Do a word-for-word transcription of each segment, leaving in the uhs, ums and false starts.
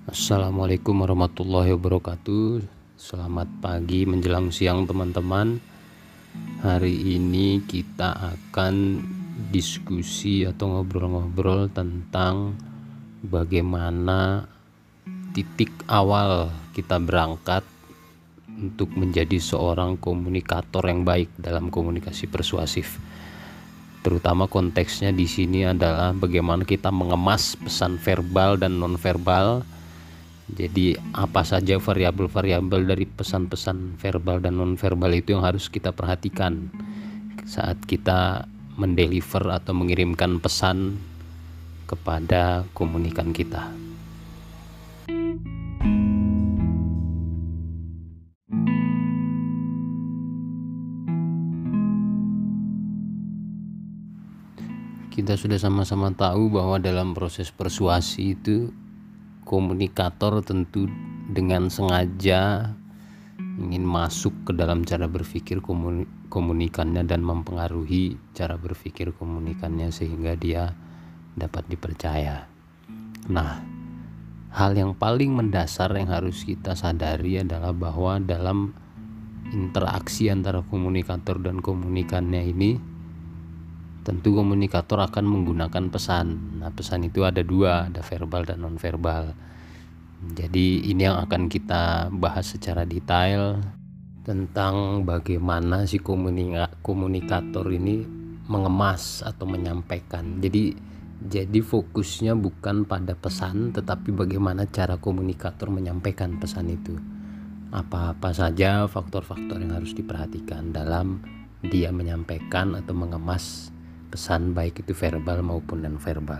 Assalamualaikum warahmatullahi wabarakatuh. Selamat pagi menjelang siang teman-teman. Hari ini kita akan diskusi atau ngobrol-ngobrol tentang bagaimana titik awal kita berangkat untuk menjadi seorang komunikator yang baik dalam komunikasi persuasif. Terutama konteksnya di sini adalah bagaimana kita mengemas pesan verbal dan nonverbal. Jadi apa saja variabel-variabel dari pesan-pesan verbal dan nonverbal itu yang harus kita perhatikan saat kita mendeliver atau mengirimkan pesan kepada komunikan kita. Kita sudah sama-sama tahu bahwa dalam proses persuasi itu komunikator tentu dengan sengaja ingin masuk ke dalam cara berpikir komunikannya dan mempengaruhi cara berpikir komunikannya sehingga dia dapat dipercaya. Nah, hal yang paling mendasar yang harus kita sadari adalah bahwa dalam interaksi antara komunikator dan komunikannya ini tentu komunikator akan menggunakan pesan. Nah, pesan itu ada dua, ada verbal dan nonverbal. Jadi ini yang akan kita bahas secara detail tentang bagaimana si komunika- komunikator ini mengemas atau menyampaikan. Jadi jadi fokusnya bukan pada pesan, tetapi bagaimana cara komunikator menyampaikan pesan itu. Apa-apa saja faktor-faktor yang harus diperhatikan dalam dia menyampaikan atau mengemas pesan, baik itu verbal maupun non-verbal.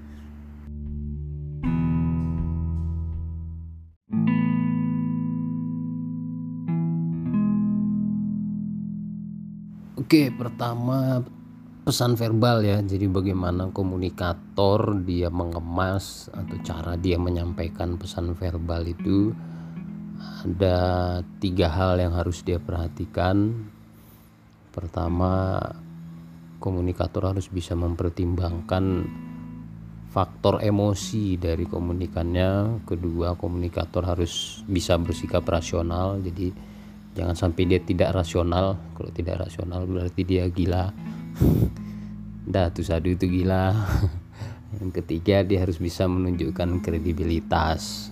Oke, pertama pesan verbal ya. Jadi bagaimana komunikator dia mengemas atau cara dia menyampaikan pesan verbal itu ada tiga hal yang harus dia perhatikan. Pertama, komunikator harus bisa mempertimbangkan faktor emosi dari komunikannya. Kedua, komunikator harus bisa bersikap rasional. Jadi jangan sampai dia tidak rasional. Kalau tidak rasional berarti dia gila. Datu Sadu itu gila. Yang ketiga, dia harus bisa menunjukkan kredibilitas.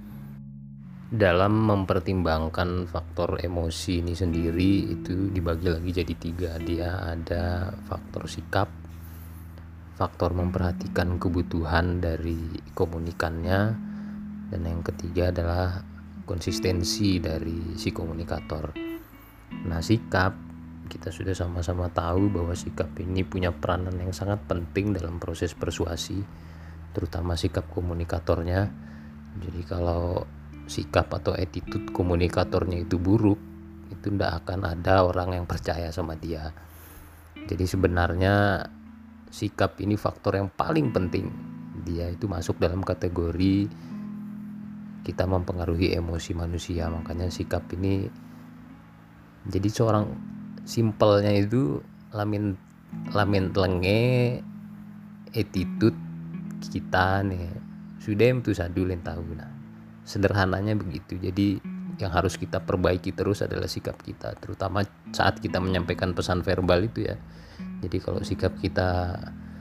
Dalam mempertimbangkan faktor emosi ini sendiri itu dibagi lagi jadi tiga. Dia ada faktor sikap, faktor memperhatikan kebutuhan dari komunikannya, dan yang ketiga adalah konsistensi dari si komunikator. Nah, sikap, kita sudah sama-sama tahu bahwa sikap ini punya peranan yang sangat penting dalam proses persuasi, terutama sikap komunikatornya. Jadi kalau sikap atau attitude komunikatornya itu buruk, itu tidak akan ada orang yang percaya sama dia. Jadi sebenarnya sikap ini faktor yang paling penting. Dia itu masuk dalam kategori kita mempengaruhi emosi manusia. Makanya sikap ini, jadi seorang simpelnya itu lamin lamin telenge attitude kita nih sudah itu sadulin tahu. Nah, sederhananya begitu. Jadi yang harus kita perbaiki terus adalah sikap kita, terutama saat kita menyampaikan pesan verbal itu ya. Jadi kalau sikap kita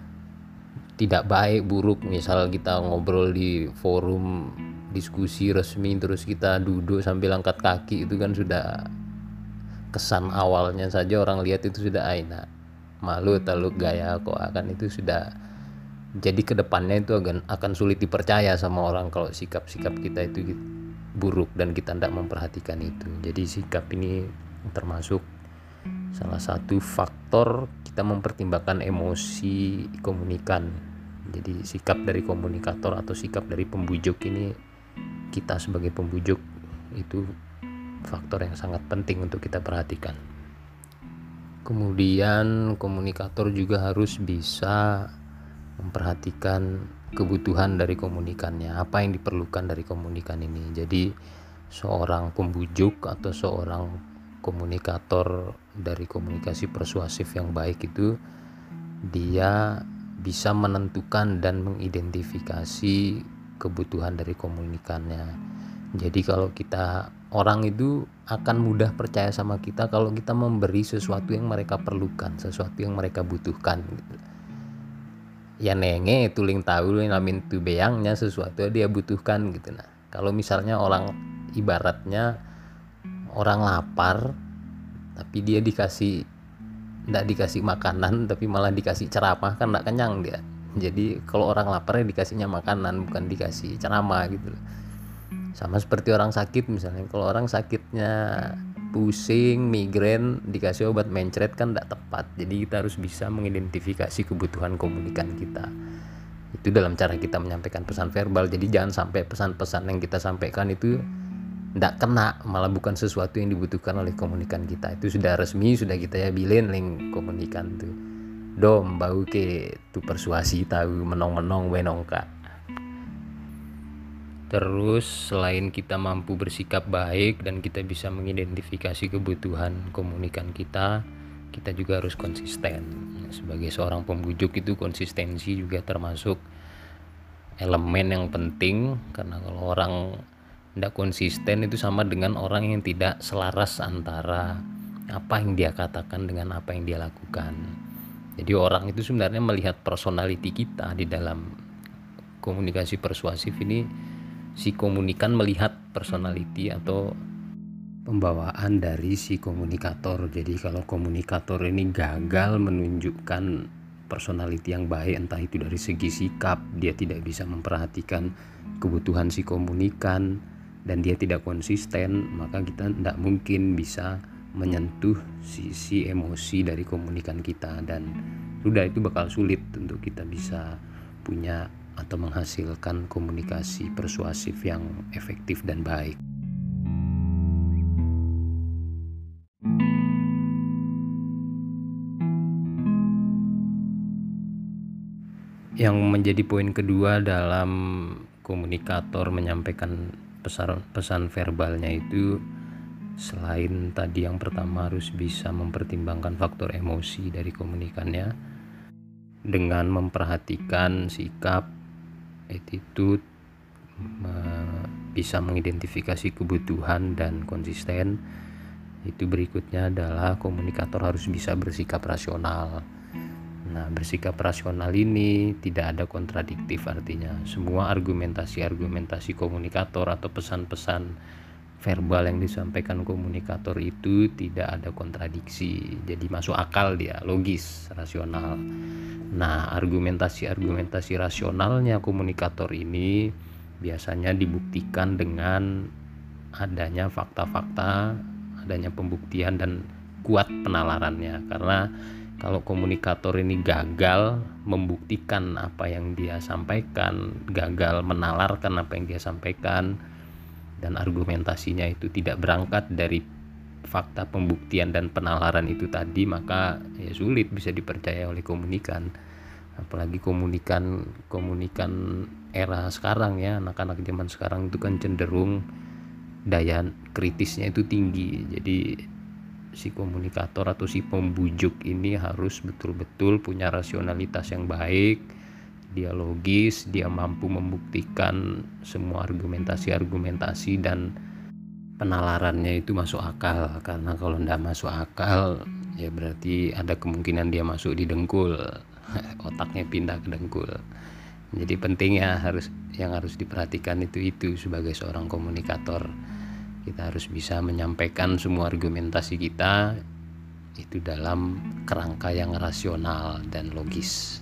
tidak baik, buruk, misal kita ngobrol di forum diskusi resmi terus kita duduk sambil angkat kaki, itu kan sudah kesan awalnya saja orang lihat itu sudah aina malu taluk gaya kok akan itu sudah. Jadi kedepannya itu akan akan sulit dipercaya sama orang kalau sikap-sikap kita itu buruk dan kita tidak memperhatikan itu. Jadi sikap ini termasuk salah satu faktor kita mempertimbangkan emosi komunikan. Jadi sikap dari komunikator atau sikap dari pembujuk ini, kita sebagai pembujuk itu faktor yang sangat penting untuk kita perhatikan. Kemudian komunikator juga harus bisa memperhatikan kebutuhan dari komunikannya, apa yang diperlukan dari komunikan ini. Jadi seorang pembujuk atau seorang komunikator dari komunikasi persuasif yang baik itu dia bisa menentukan dan mengidentifikasi kebutuhan dari komunikannya. Jadi kalau kita, orang itu akan mudah percaya sama kita kalau kita memberi sesuatu yang mereka perlukan, sesuatu yang mereka butuhkan gitu. Ya nenge tuling tahu namin tu beyangnya sesuatu dia butuhkan gitu. Nah kalau misalnya orang, ibaratnya orang lapar tapi dia dikasih, ndak dikasih makanan tapi malah dikasih ceramah, kan ndak kenyang dia. Jadi kalau orang lapar ya dikasihnya makanan, bukan dikasih ceramah gitu. Sama seperti orang sakit misalnya, kalau orang sakitnya pusing, migrain, dikasih obat mencret kan tidak tepat. Jadi kita harus bisa mengidentifikasi kebutuhan komunikan kita. Itu dalam cara kita menyampaikan pesan verbal. Jadi jangan sampai pesan-pesan yang kita sampaikan itu tidak kena, malah bukan sesuatu yang dibutuhkan oleh komunikan kita. Itu sudah resmi, sudah kita ya bilin link komunikan tuh. Dom bau ke tu persuasi tahu menong-menong wenongka. Terus selain kita mampu bersikap baik dan kita bisa mengidentifikasi kebutuhan komunikan kita, kita juga harus konsisten. Sebagai seorang pembujuk itu konsistensi juga termasuk elemen yang penting, karena kalau orang tidak konsisten itu sama dengan orang yang tidak selaras antara apa yang dia katakan dengan apa yang dia lakukan. Jadi orang itu sebenarnya melihat personality kita di dalam komunikasi persuasif ini. Si komunikan melihat personality atau pembawaan dari si komunikator. Jadi kalau komunikator ini gagal menunjukkan personality yang baik, entah itu dari segi sikap, dia tidak bisa memperhatikan kebutuhan si komunikan, dan dia tidak konsisten, maka kita tidak mungkin bisa menyentuh sisi emosi dari komunikan kita, dan sudah itu bakal sulit untuk kita bisa punya atau menghasilkan komunikasi persuasif yang efektif dan baik. Yang menjadi poin kedua dalam komunikator menyampaikan pesan, pesan verbalnya itu, selain tadi yang pertama harus bisa mempertimbangkan faktor emosi dari komunikannya dengan memperhatikan sikap, attitude, bisa mengidentifikasi kebutuhan dan konsisten. Itu berikutnya adalah komunikator harus bisa bersikap rasional. Nah, bersikap rasional ini tidak ada kontradiktif, artinya semua argumentasi-argumentasi komunikator atau pesan-pesan verbal yang disampaikan komunikator itu tidak ada kontradiksi. Jadi masuk akal, dia logis, rasional. Nah, argumentasi-argumentasi rasionalnya komunikator ini biasanya dibuktikan dengan adanya fakta-fakta, adanya pembuktian dan kuat penalarannya. Karena kalau komunikator ini gagal membuktikan apa yang dia sampaikan, gagal menalarkan apa yang dia sampaikan, dan argumentasinya itu tidak berangkat dari fakta pembuktian dan penalaran itu tadi, maka ya sulit bisa dipercaya oleh komunikan. Apalagi komunikan komunikan era sekarang ya, anak-anak zaman sekarang itu kan cenderung daya kritisnya itu tinggi. Jadi si komunikator atau si pembujuk ini harus betul-betul punya rasionalitas yang baik, dia logis, dia mampu membuktikan semua argumentasi-argumentasi dan penalarannya itu masuk akal. Karena kalau tidak masuk akal ya berarti ada kemungkinan dia masuk di dengkul, otaknya pindah ke dengkul. Jadi pentingnya harus, yang harus diperhatikan itu itu sebagai seorang komunikator, kita harus bisa menyampaikan semua argumentasi kita itu dalam kerangka yang rasional dan logis.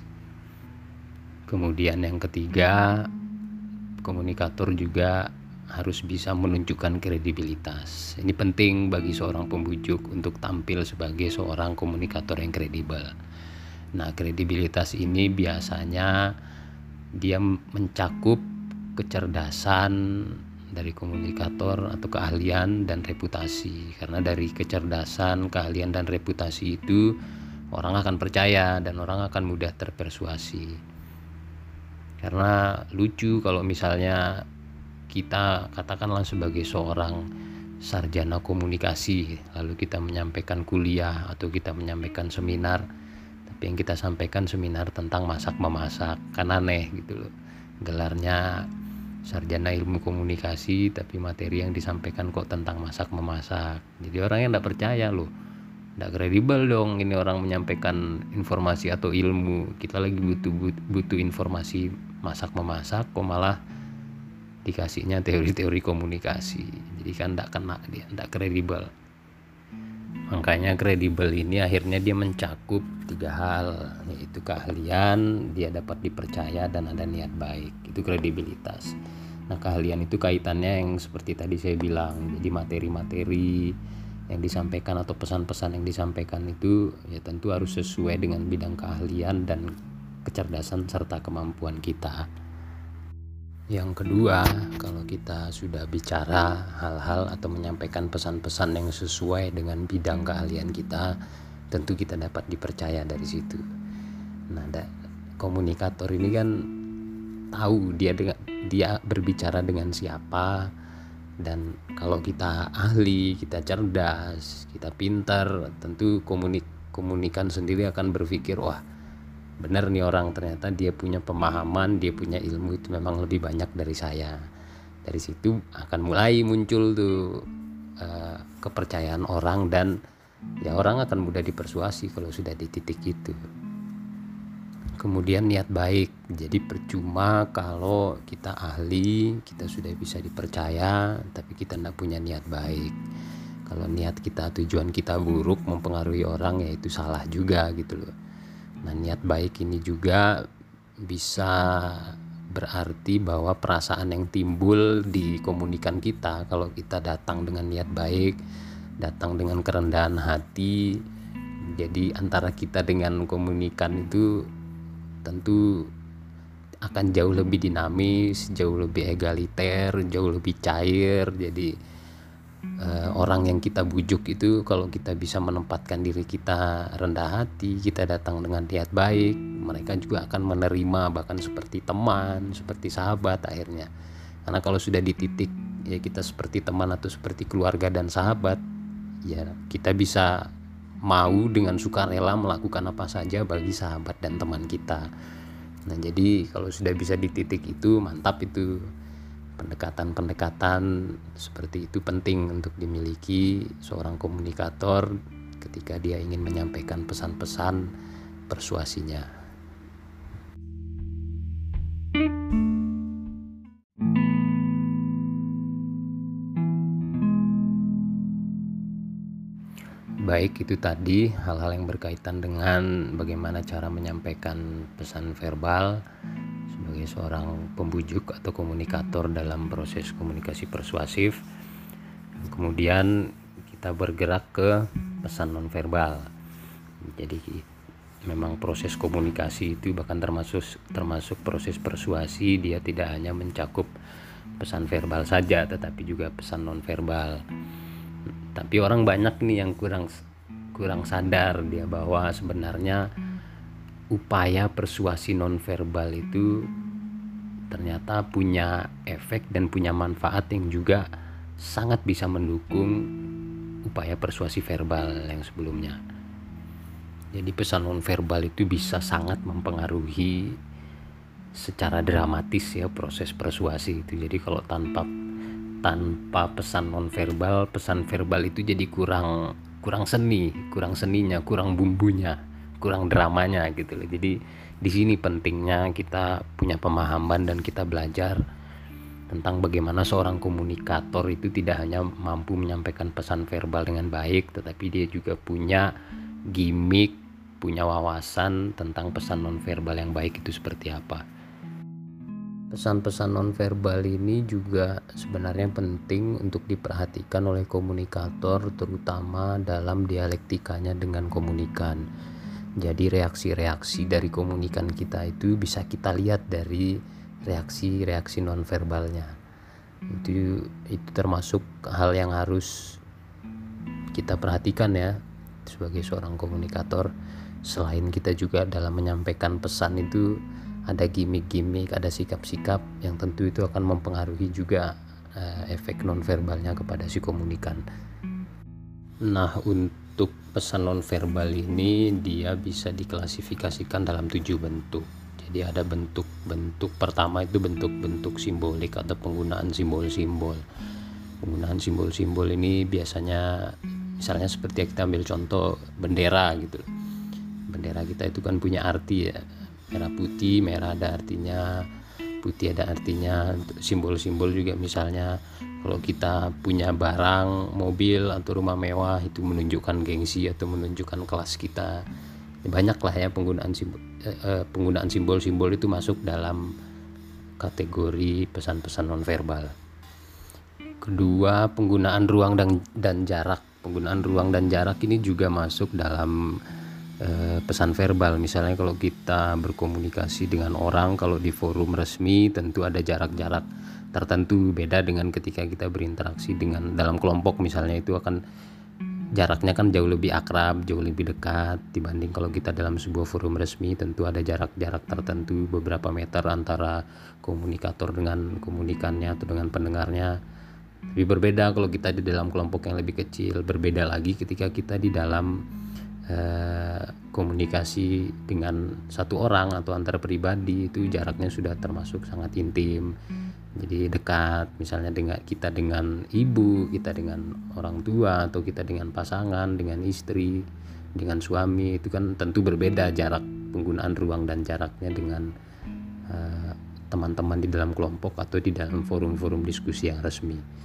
Kemudian yang ketiga, komunikator juga harus bisa menunjukkan kredibilitas. Ini penting bagi seorang pembujuk untuk tampil sebagai seorang komunikator yang kredibel. Nah, kredibilitas ini biasanya dia mencakup kecerdasan dari komunikator atau keahlian dan reputasi. Karena dari kecerdasan, keahlian dan reputasi itu orang akan percaya dan orang akan mudah terpersuasi. Karena lucu kalau misalnya kita katakanlah sebagai seorang sarjana komunikasi, lalu kita menyampaikan kuliah atau kita menyampaikan seminar, tapi yang kita sampaikan seminar tentang masak memasak, kan aneh gitu loh. Gelarnya sarjana ilmu komunikasi tapi materi yang disampaikan kok tentang masak memasak. Jadi orang yang tidak percaya loh, tidak kredibel dong ini orang menyampaikan informasi atau ilmu. Kita lagi butuh butuh informasi masak memasak kok malah dikasihnya teori-teori komunikasi. Jadi kan tidak kena, dia tidak kredibel. Makanya kredibel ini akhirnya dia mencakup tiga hal, yaitu keahlian, dia dapat dipercaya, dan ada niat baik. Itu kredibilitas. Nah, keahlian itu kaitannya yang seperti tadi saya bilang. Jadi materi-materi yang disampaikan atau pesan-pesan yang disampaikan itu ya tentu harus sesuai dengan bidang keahlian dan kecerdasan serta kemampuan kita. Yang kedua, kalau kita sudah bicara hal-hal atau menyampaikan pesan-pesan yang sesuai dengan bidang keahlian kita, tentu kita dapat dipercaya dari situ. Nah, ada komunikator ini kan tahu dia dengan dia berbicara dengan siapa, dan kalau kita ahli, kita cerdas, kita pintar, tentu komunik komunikan sendiri akan berpikir, wah benar nih orang, ternyata dia punya pemahaman, dia punya ilmu itu memang lebih banyak dari saya. Dari situ akan mulai muncul tuh uh, kepercayaan orang, dan ya orang akan mudah dipersuasi kalau sudah di titik itu. Kemudian niat baik. Jadi percuma kalau kita ahli, kita sudah bisa dipercaya, tapi kita tidak punya niat baik. Kalau niat kita, tujuan kita buruk mempengaruhi orang, ya itu salah juga gitu loh. Nah, niat baik ini juga bisa berarti bahwa perasaan yang timbul di komunikan kita, kalau kita datang dengan niat baik, datang dengan kerendahan hati, jadi antara kita dengan komunikan itu tentu akan jauh lebih dinamis, jauh lebih egaliter, jauh lebih cair. Jadi Uh, orang yang kita bujuk itu kalau kita bisa menempatkan diri kita rendah hati, kita datang dengan niat baik, mereka juga akan menerima, bahkan seperti teman, seperti sahabat akhirnya. Karena kalau sudah di titik ya kita seperti teman atau seperti keluarga dan sahabat, ya kita bisa mau dengan sukarela melakukan apa saja bagi sahabat dan teman kita. Nah, jadi kalau sudah bisa di titik itu, mantap itu. Pendekatan-pendekatan seperti itu penting untuk dimiliki seorang komunikator ketika dia ingin menyampaikan pesan-pesan persuasinya. Baik, itu tadi hal-hal yang berkaitan dengan bagaimana cara menyampaikan pesan verbal sebagai seorang pembujuk atau komunikator dalam proses komunikasi persuasif. Kemudian kita bergerak ke pesan nonverbal. Jadi memang proses komunikasi itu bahkan termasuk termasuk proses persuasi, dia tidak hanya mencakup pesan verbal saja tetapi juga pesan nonverbal. Tapi orang banyak nih yang kurang kurang sadar dia bahwa sebenarnya upaya persuasi nonverbal itu ternyata punya efek dan punya manfaat yang juga sangat bisa mendukung upaya persuasi verbal yang sebelumnya. Jadi pesan nonverbal itu bisa sangat mempengaruhi secara dramatis ya proses persuasi itu. Jadi kalau tanpa tanpa pesan nonverbal, pesan verbal itu jadi kurang kurang seni, kurang seninya, kurang bumbunya, kurang dramanya gitu loh. Jadi di sini pentingnya kita punya pemahaman dan kita belajar tentang bagaimana seorang komunikator itu tidak hanya mampu menyampaikan pesan verbal dengan baik, tetapi dia juga punya gimmick, punya wawasan tentang pesan nonverbal yang baik itu seperti apa. Pesan-pesan nonverbal ini juga sebenarnya penting untuk diperhatikan oleh komunikator, terutama dalam dialektikanya dengan komunikan. Jadi reaksi-reaksi dari komunikan kita itu bisa kita lihat dari reaksi-reaksi nonverbalnya. Itu itu termasuk hal yang harus kita perhatikan ya sebagai seorang komunikator. Selain kita juga dalam menyampaikan pesan itu ada gimmick-gimmick, ada sikap-sikap yang tentu itu akan mempengaruhi juga uh, efek nonverbalnya kepada si komunikan. Nah, untuk pesan nonverbal ini dia bisa diklasifikasikan dalam tujuh bentuk. Jadi ada bentuk-bentuk, pertama itu bentuk-bentuk simbolik atau penggunaan simbol-simbol. Penggunaan simbol-simbol ini biasanya misalnya seperti kita ambil contoh bendera gitu. Bendera kita itu kan punya arti ya. Merah putih, merah ada artinya, putih ada artinya. Simbol-simbol juga misalnya kalau kita punya barang, mobil atau rumah mewah itu menunjukkan gengsi atau menunjukkan kelas kita. Banyak lah ya penggunaan simbol, eh, penggunaan simbol-simbol itu masuk dalam kategori pesan-pesan nonverbal. Kedua, penggunaan ruang dan, dan jarak. Penggunaan ruang dan jarak ini juga masuk dalam eh, pesan verbal. Misalnya kalau kita berkomunikasi dengan orang, kalau di forum resmi tentu ada jarak-jarak tertentu, beda dengan ketika kita berinteraksi dengan dalam kelompok misalnya, itu akan jaraknya kan jauh lebih akrab, jauh lebih dekat dibanding kalau kita dalam sebuah forum resmi. Tentu ada jarak-jarak tertentu beberapa meter antara komunikator dengan komunikannya atau dengan pendengarnya. Tapi berbeda kalau kita di dalam kelompok yang lebih kecil, berbeda lagi ketika kita di dalam eh, komunikasi dengan satu orang atau antar pribadi, itu jaraknya sudah termasuk sangat intim. Jadi dekat, misalnya dengan kita dengan ibu, kita dengan orang tua, atau kita dengan pasangan, dengan istri, dengan suami, itu kan tentu berbeda jarak penggunaan ruang dan jaraknya dengan uh, teman-teman di dalam kelompok atau di dalam forum-forum diskusi yang resmi.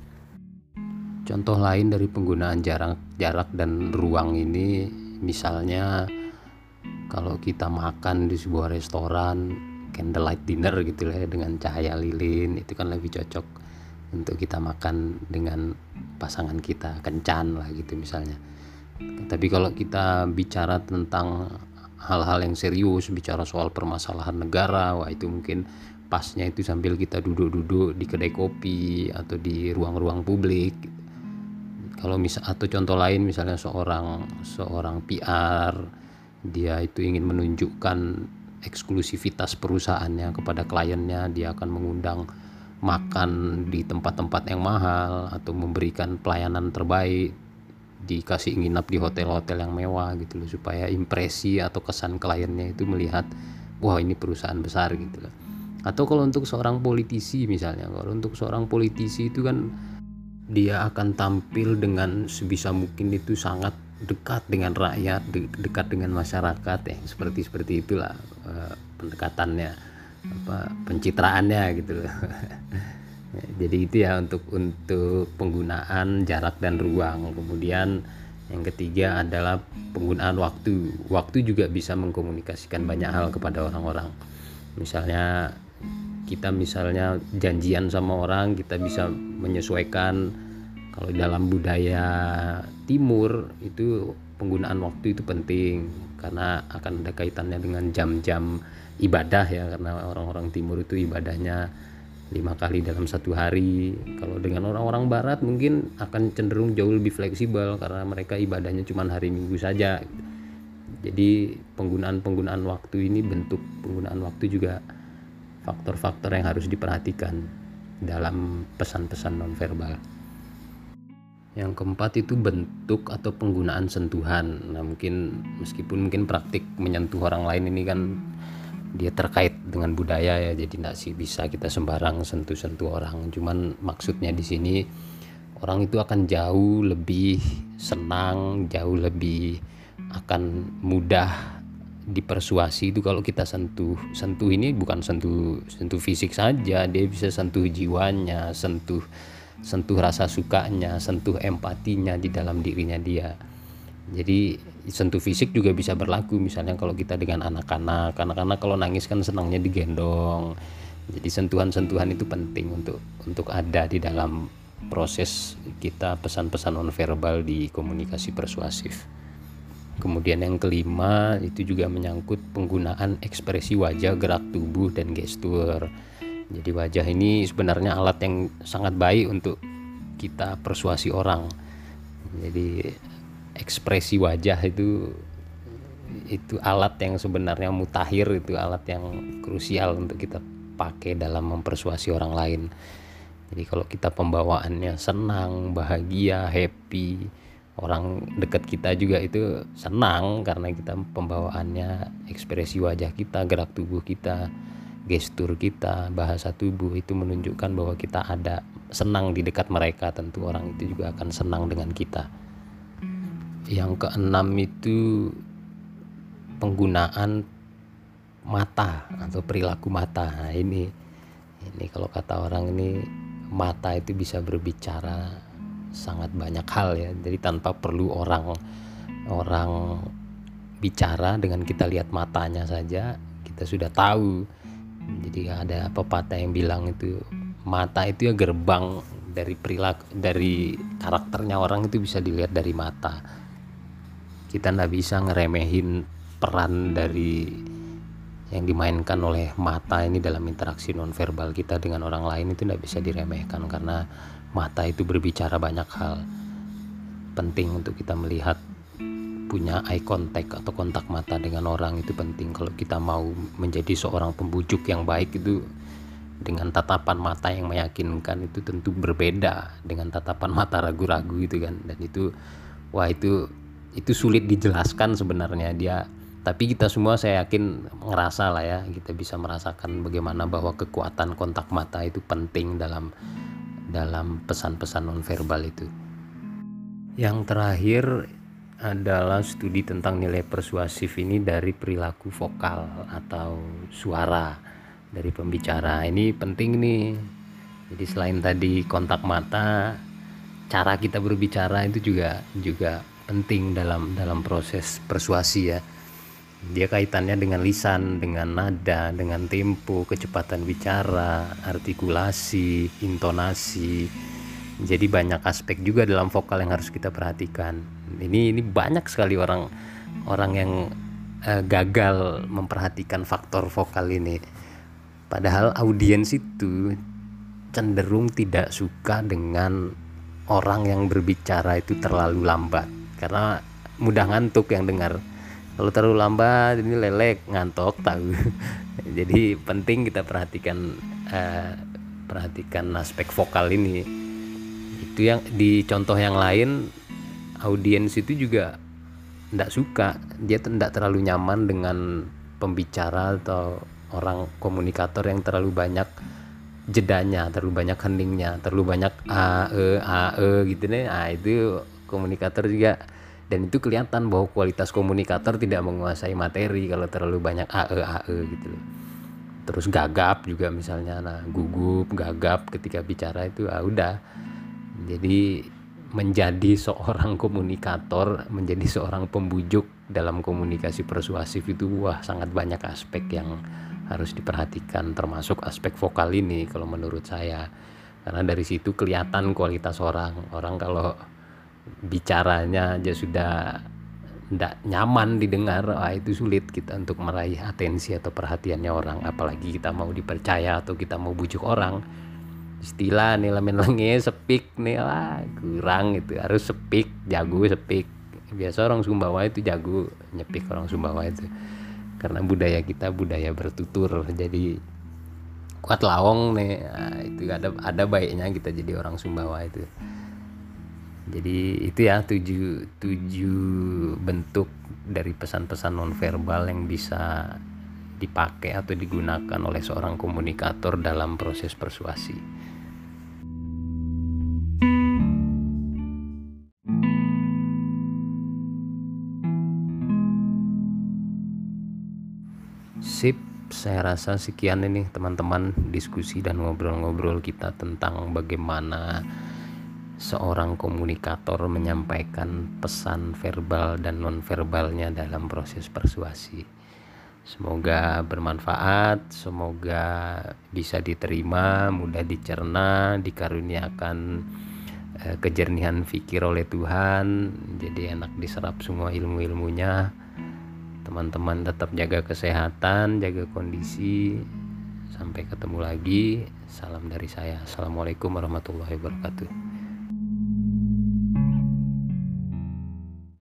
Contoh lain dari penggunaan jarak, jarak dan ruang ini, misalnya kalau kita makan di sebuah restoran, candlelight dinner gitu lah ya, dengan cahaya lilin, itu kan lebih cocok untuk kita makan dengan pasangan kita, kencan lah gitu misalnya. Tapi kalau kita bicara tentang hal-hal yang serius, bicara soal permasalahan negara, wah itu mungkin pasnya itu sambil kita duduk-duduk di kedai kopi atau di ruang-ruang publik. Kalau misal atau contoh lain misalnya seorang seorang P R, dia itu ingin menunjukkan eksklusivitas perusahaannya kepada kliennya, dia akan mengundang makan di tempat-tempat yang mahal atau memberikan pelayanan terbaik, dikasih nginap di hotel-hotel yang mewah gitu loh, supaya impresi atau kesan kliennya itu melihat wah ini perusahaan besar gitu loh. Atau kalau untuk seorang politisi misalnya, kalau untuk seorang politisi itu kan dia akan tampil dengan sebisa mungkin itu sangat dekat dengan rakyat, de- dekat dengan masyarakat ya, seperti seperti itulah uh, pendekatannya, apa pencitraannya gitu loh. Jadi itu ya untuk untuk penggunaan jarak dan ruang. Kemudian yang ketiga adalah penggunaan waktu. Waktu juga bisa mengkomunikasikan banyak hal kepada orang-orang. Misalnya kita misalnya janjian sama orang, kita bisa menyesuaikan. Kalau dalam budaya timur itu penggunaan waktu itu penting karena akan ada kaitannya dengan jam-jam ibadah ya, karena orang-orang timur itu ibadahnya lima kali dalam satu hari. Kalau dengan orang-orang barat mungkin akan cenderung jauh lebih fleksibel karena mereka ibadahnya cuma hari Minggu saja. Jadi penggunaan-penggunaan waktu ini, bentuk penggunaan waktu juga faktor-faktor yang harus diperhatikan dalam pesan-pesan nonverbal. Yang keempat itu bentuk atau penggunaan sentuhan. Nah mungkin meskipun mungkin praktik menyentuh orang lain ini kan dia terkait dengan budaya ya, jadi tidak sih bisa kita sembarang sentuh-sentuh orang. Cuman maksudnya di sini orang itu akan jauh lebih senang, jauh lebih akan mudah dipersuasi itu kalau kita sentuh. Sentuh ini bukan sentuh sentuh fisik saja, dia bisa sentuh jiwanya, sentuh sentuh rasa sukanya, sentuh empatinya di dalam dirinya dia. Jadi sentuh fisik juga bisa berlaku, misalnya kalau kita dengan anak-anak, anak-anak kalau nangis kan senangnya digendong. Jadi sentuhan-sentuhan itu penting untuk untuk ada di dalam proses kita pesan-pesan nonverbal di komunikasi persuasif. Kemudian yang kelima itu juga menyangkut penggunaan ekspresi wajah, gerak tubuh, dan gestur. Jadi wajah ini sebenarnya alat yang sangat baik untuk kita persuasi orang. Jadi ekspresi wajah itu itu alat yang sebenarnya mutakhir, itu alat yang krusial untuk kita pakai dalam mempersuasi orang lain. Jadi kalau kita pembawaannya senang, bahagia, happy, orang dekat kita juga itu senang karena kita pembawaannya, ekspresi wajah kita, gerak tubuh kita, gestur kita, bahasa tubuh itu menunjukkan bahwa kita ada senang di dekat mereka. Tentu orang itu juga akan senang dengan kita. Yang keenam itu penggunaan mata atau perilaku mata. Nah, ini ini kalau kata orang ini, mata itu bisa berbicara sangat banyak hal ya. Jadi tanpa perlu orang orang bicara, dengan kita lihat matanya saja kita sudah tahu. Jadi ada pepatah yang bilang itu mata itu ya gerbang dari perilaku, dari karakternya orang itu bisa dilihat dari mata. Kita nggak bisa ngeremehin peran dari yang dimainkan oleh mata ini dalam interaksi nonverbal kita dengan orang lain, itu nggak bisa diremehkan karena mata itu berbicara banyak hal. Penting untuk kita melihat, punya eye contact atau kontak mata dengan orang itu penting. Kalau kita mau menjadi seorang pembujuk yang baik itu dengan tatapan mata yang meyakinkan, itu tentu berbeda dengan tatapan mata ragu-ragu itu kan. Dan itu wah itu itu sulit dijelaskan sebenarnya dia. Tapi kita semua saya yakin ngerasa lah ya, kita bisa merasakan bagaimana bahwa kekuatan kontak mata itu penting dalam dalam pesan-pesan nonverbal itu. Yang terakhir adalah studi tentang nilai persuasif ini dari perilaku vokal atau suara dari pembicara. Ini penting nih. Jadi selain tadi kontak mata, cara kita berbicara itu juga juga penting dalam dalam proses persuasi ya. Dia kaitannya dengan lisan, dengan nada, dengan tempo, kecepatan bicara, artikulasi, intonasi. Jadi banyak aspek juga dalam vokal yang harus kita perhatikan. Ini ini banyak sekali orang orang yang eh, gagal memperhatikan faktor vokal ini. Padahal audiens itu cenderung tidak suka dengan orang yang berbicara itu terlalu lambat, karena mudah ngantuk yang dengar. Kalau terlalu lambat ini lelek, ngantuk tahu. Jadi penting kita perhatikan eh, perhatikan aspek vokal ini. Itu yang di contoh yang lain, audiens itu juga tidak suka, dia tidak terlalu nyaman dengan pembicara atau orang komunikator yang terlalu banyak jedanya, terlalu banyak heningnya, terlalu banyak a e a e gitu nih. Ah itu komunikator juga. Dan itu kelihatan bahwa kualitas komunikator tidak menguasai materi kalau terlalu banyak A E A E gitu loh. Terus gagap juga misalnya, nah gugup, gagap ketika bicara itu ah udah. Jadi menjadi seorang komunikator, menjadi seorang pembujuk dalam komunikasi persuasif itu wah sangat banyak aspek yang harus diperhatikan, termasuk aspek vokal ini kalau menurut saya. Karena dari situ kelihatan kualitas orang. Orang kalau bicaranya aja sudah tidak nyaman didengar, ah itu sulit kita untuk meraih atensi atau perhatiannya orang. Apalagi kita mau dipercaya atau kita mau bujuk orang. Istilah nih lamen lengi sepik nih, wah kurang itu, harus sepik, jago sepik. Biasa orang Sumbawa itu jago nyepik orang Sumbawa itu. Karena budaya kita budaya bertutur, jadi kuat lawong nih, nah, itu ada ada baiknya kita jadi orang Sumbawa itu. Jadi itu ya tujuh, tujuh bentuk dari pesan-pesan nonverbal yang bisa dipakai atau digunakan oleh seorang komunikator dalam proses persuasi. Sip, saya rasa sekian ini teman-teman diskusi dan ngobrol-ngobrol kita tentang bagaimana seorang komunikator menyampaikan pesan verbal dan non-verbalnya dalam proses persuasi. Semoga bermanfaat, semoga bisa diterima, mudah dicerna, dikaruniakan eh, kejernihan fikir oleh Tuhan, jadi enak diserap semua ilmu-ilmunya. Teman-teman tetap jaga kesehatan, jaga kondisi. Sampai ketemu lagi. Salam dari saya. Assalamualaikum warahmatullahi wabarakatuh.